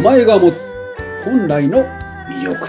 前が持つ本来の魅力。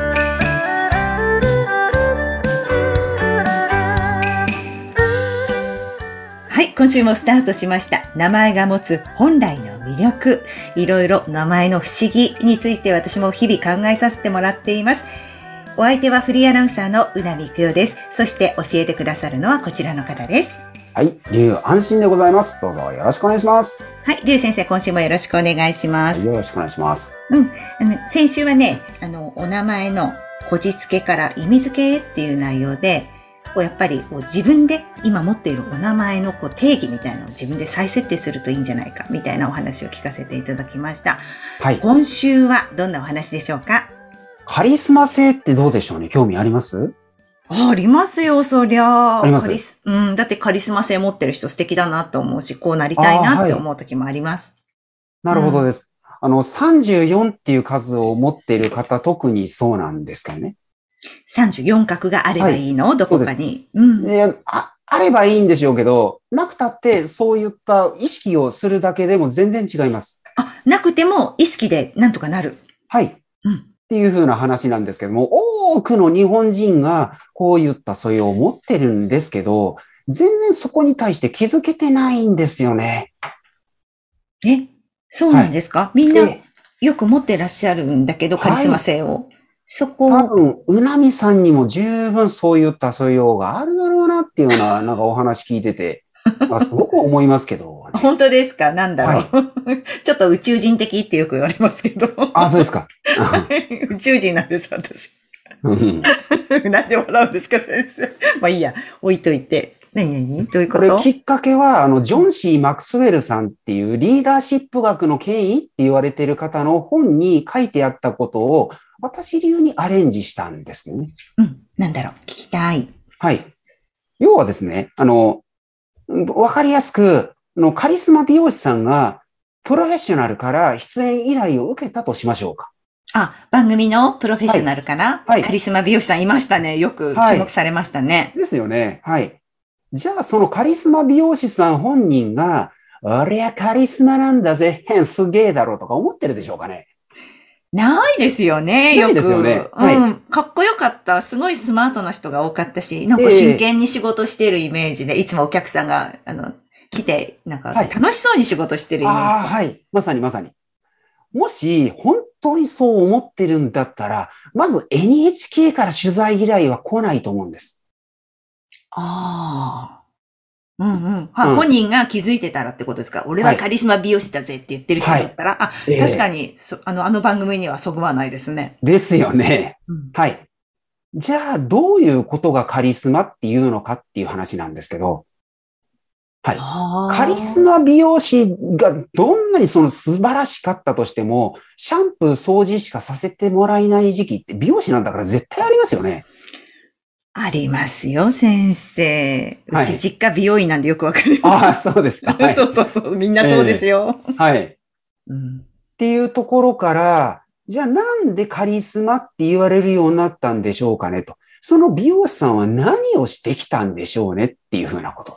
はい、今週もスタートしました。名前が持つ本来の魅力。いろいろ名前の不思議について私も日々考えさせてもらっています。お相手はフリーアナウンサーの宇波育代です。そして教えてくださるのはこちらの方です。 はい、龍安心でございます。どうぞよろしくお願いします。 はい、龍先生、今週もよろしくお願いします。 はい、よろしくお願いします。 先週はね、お名前のこじつけから意味付けっていう内容で、やっぱり自分で今持っているお名前の定義みたいなのを自分で再設定するといいんじゃないかみたいなお話を聞かせていただきました。はい。今週はどんなお話でしょうか？ カリスマ性ってどうでしょうね？興味あります？ ありますよ、そりゃ。 あります。 だってカリスマ性持ってる人素敵だなと思うし、こうなりたいなって思う時もあります。 なるほどです。34っていう数を持っている方、特にそうなんですかね。 34画があればいいの？はい、どこかに。 あればいいんでしょうけど、なくたってそういった意識をするだけでも全然違います。 なくても意識でなんとかなる。 はい。っていう風な話なんですけども、多くの日本人がこういった素養を持ってるんですけど、全然そこに対して気づけてないんですよね。 そうなんですか？はい、みんなよく持ってらっしゃるんだけど、カリスマ性を。そこ多分、うなみさんにも十分そういった素養があるだろうなっていうような、なんかお話聞いてて、すごく思いますけど、 ね。本当ですか？なんだろう。はい、ちょっと宇宙人的ってよく言われますけど。 そうですか。 宇宙人なんです、私。なんで笑うんですか、先生。まあいいや、置いといて。何どういうこと？ これきっかけは、ジョン・シー・マクスウェルさんっていうリーダーシップ学の権威って言われている方の本に書いてあったことを、私流にアレンジしたんですよね。 なんだろう、聞きたい。 はい。要はですね、わかりやすく、カリスマ美容師さんが、プロフェッショナルから出演依頼を受けたとしましょうか。 番組のプロフェッショナルかな、はい、カリスマ美容師さんいましたね。よく注目されましたね。 ですよね。はい。じゃあ、そのカリスマ美容師さん本人が、俺はカリスマなんだぜ、すげえだろうとか思ってるでしょうかね。 ないですよね、よく。 ないですよね。 はい。かっこよかった。すごいスマートな人が多かったし、なんか真剣に仕事してるイメージで、いつもお客さんが、来て、なんか楽しそうに仕事してるイメージ。 はい。まさにまさに。もし、本当にそう思ってるんだったら、まず NHK から取材依頼は来ないと思うんです。 本人が気づいてたらってことですか？俺はカリスマ美容師だぜって言ってる人だったら、確かにあの番組にはそぐわないですね。 ですよね。はい。じゃあ、どういうことがカリスマっていうのかっていう話なんですけど、はい。カリスマ美容師がどんなにその素晴らしかったとしても、シャンプー掃除しかさせてもらえない時期って美容師なんだから絶対ありますよね。 ありますよ、先生。うち実家美容院なんでよくわかります。そうですか。 はい、そう。みんなそうですよ。 はい。っていうところから、じゃあなんでカリスマって言われるようになったんでしょうかねと。その美容師さんは何をしてきたんでしょうねっていうふうなことって。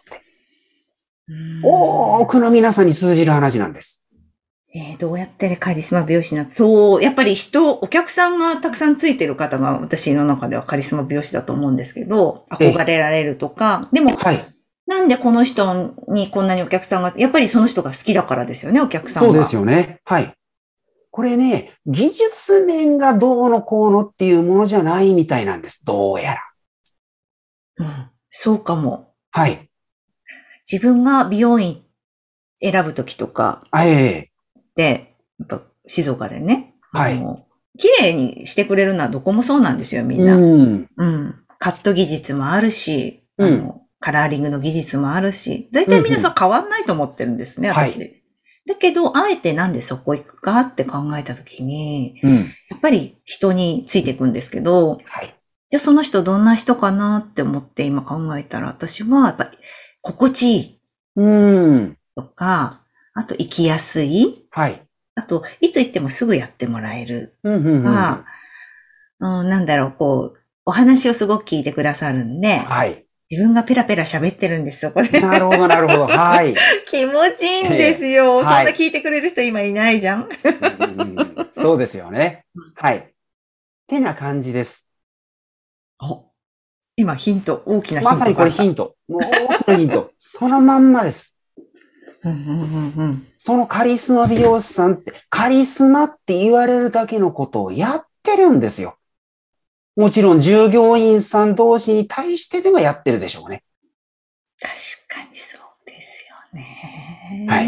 多くの皆さんに通じる話なんです。 どうやってカリスマ美容師なんて、そう、やっぱりお客さんがたくさんついてる方が私の中ではカリスマ美容師だと思うんですけど、憧れられるとか、でも、なんでこの人にこんなにお客さんが、やっぱりその人が好きだからですよね、お客さんが。 そうですよね。はい。これね、技術面がどうのこうのっていうものじゃないみたいなんです。どうやら。そうかも。 はい。 自分が美容院選ぶときとか、で、やっぱ静岡でね、綺麗にしてくれるのはどこもそうなんですよ、みんな。カット技術もあるし、カラーリングの技術もあるし、だいたいみんなそう変わんないと思ってるんですね、私。だけど、あえてなんでそこ行くかって考えたときに、やっぱり人についていくんですけど、じゃあその人どんな人かなって思って今考えたら、私はやっぱり心地いい。とか、あと生きやすい。あと、いつ行ってもすぐやってもらえる。なんだろう、お話をすごく聞いてくださるんで、 自分がペラペラ喋ってるんですよ、これ。 なるほど、なるほど。はい。 気持ちいいんですよ。そんな聞いてくれる人今いないじゃん。 そうですよね。はい。ってな感じです。 今ヒント、大きなヒント。 まさにこれヒント。もう大きなヒント。そのまんまです。そのカリスマ美容師さんって、カリスマって言われるだけのことをやってるんですよ。もちろん従業員さん同士に対してでもやってるでしょうね。 確かにそうですよね。 はい。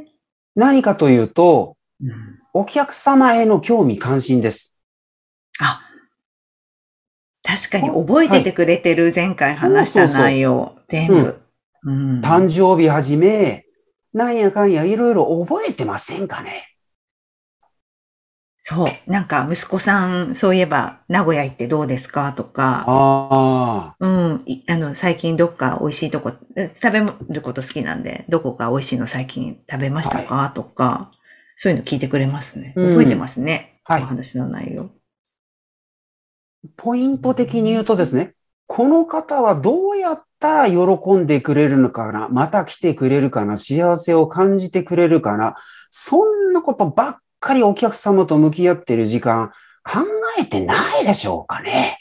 何かというと、お客様への興味関心です。 確かに覚えててくれてる、前回話した内容、全部。 誕生日はじめ、なんやかんやいろいろ覚えてませんかね。 そう。なんか、息子さん、そういえば、名古屋行ってどうですかとか。最近どっか美味しいとこ、食べること好きなんで、どこか美味しいの最近食べましたか、とか、そういうの聞いてくれますね。覚えてますね。お話の内容。 ポイント的に言うとですね、この方はどうやったら喜んでくれるのかな、また来てくれるかな、幸せを感じてくれるかな、そんなことばっかりお客様と向き合っている時間考えてないでしょうかね。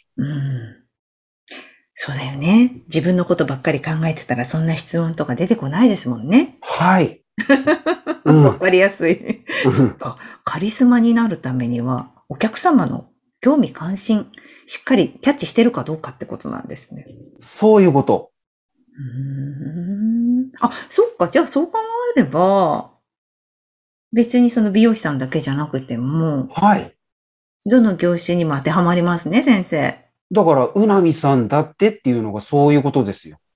そうだよね。自分のことばっかり考えてたらそんな質問とか出てこないですもんね。 はい。 わかりやすい。そっか。カリスマになるためには、お客様の興味関心、しっかりキャッチしてるかどうかってことなんですね。 そういうこと。 そっか。じゃあそう考えれば、別にその美容師さんだけじゃなくても、 はい。 どの業種にも当てはまりますね、先生。 だから、うなみさんだってっていうのがそういうことですよ。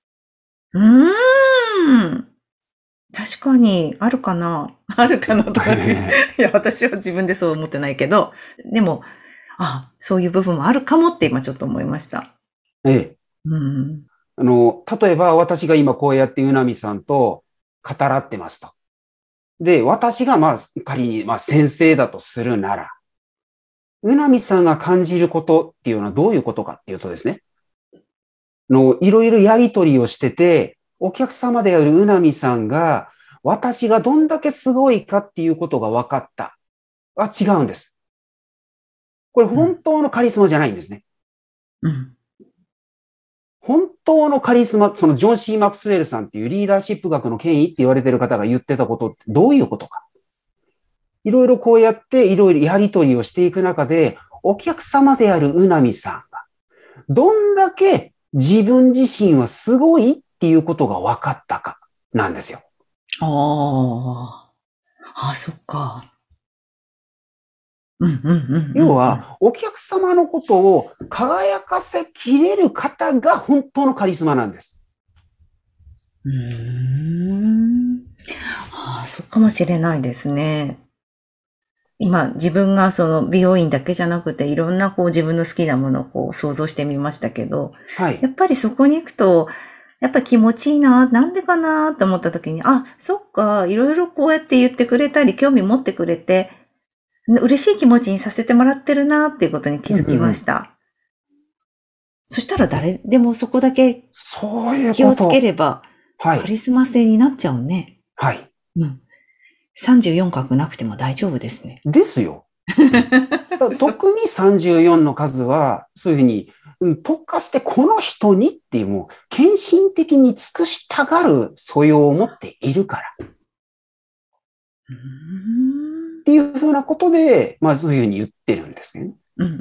確かに、あるかなとか。いや、私は自分でそう思ってないけど、でも、そういう部分もあるかもって今ちょっと思いました。 例えば私が今こうやってうなみさんと語らってますと。で、私が仮に先生だとするなら、うなみさんが感じることっていうのはどういうことかっていうとですね、いろいろやりとりをしてて、お客様であるうなみさんが、私がどんだけすごいかっていうことが分かった。違うんです。これ本当のカリスマじゃないんですね。本当のカリスマ、そのジョン・シー・マクスウェルさんっていうリーダーシップ学の権威って言われてる方が言ってたことってどういうことか。いろいろこうやっていろいろやりとりをしていく中で、お客様であるうなみさんが、どんだけ自分自身はすごいっていうことが分かったか、なんですよ。 そっか。 要は、お客様のことを輝かせきれる方が本当のカリスマなんです。 そうかもしれないですね。今、自分がその美容院だけじゃなくて、いろんな自分の好きなものを想像してみましたけど、やっぱりそこに行くと、やっぱり気持ちいいな、なんでかなと思った時に、そっか、いろいろこうやって言ってくれたり、興味持ってくれて、嬉しい気持ちにさせてもらってるなっていうことに気づきました。そしたら誰でもそこだけ気をつければ、カリスマ性になっちゃうね。 はい。 34画なくても大丈夫ですね。 ですよ。特に34の数は、そういうふうに、特化してこの人にっていう、もう、献身的に尽くしたがる素養を持っているから。っていうふうなことで、そういうふうに言ってるんですね。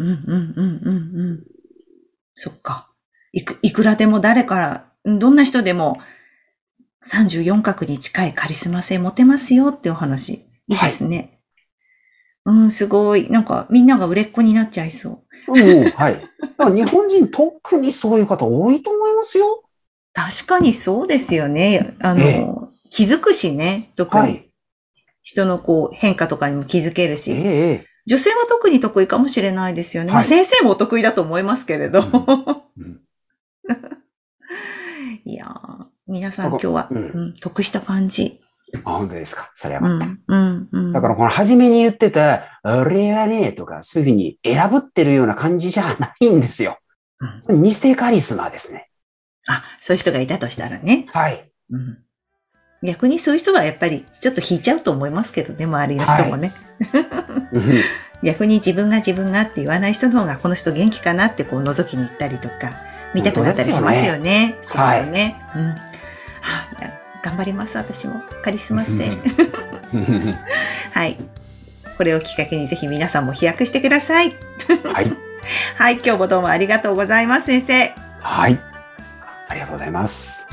そっか。いくらでも誰から、どんな人でも34画に近いカリスマ性持てますよっていうお話。いいですね。すごい。なんかみんなが売れっ子になっちゃいそう。 はい。日本人特にそういう方多いと思いますよ。 確かにそうですよね。気づくしね。特に。人の変化とかにも気づけるし。女性は特に得意かもしれないですよね。先生もお得意だと思いますけれど。いやー、皆さん今日は、得した感じ。 本当ですか。それはまた。だからこの初めに言ってた、あれはね、とか、そういうふうに選ぶってるような感じじゃないんですよ。偽カリスマですね。 そういう人がいたとしたらね。 はい。 逆にそういう人はやっぱりちょっと引いちゃうと思いますけどね、周りの人もね。逆に自分がって言わない人の方がこの人元気かなってこう覗きに行ったりとか、見たくなったりしますよね。 はい。 頑張ります、私も。カリスマ性。はい。これをきっかけにぜひ皆さんも飛躍してください。 はい。 はい、今日もどうもありがとうございます、先生。 はい。ありがとうございます。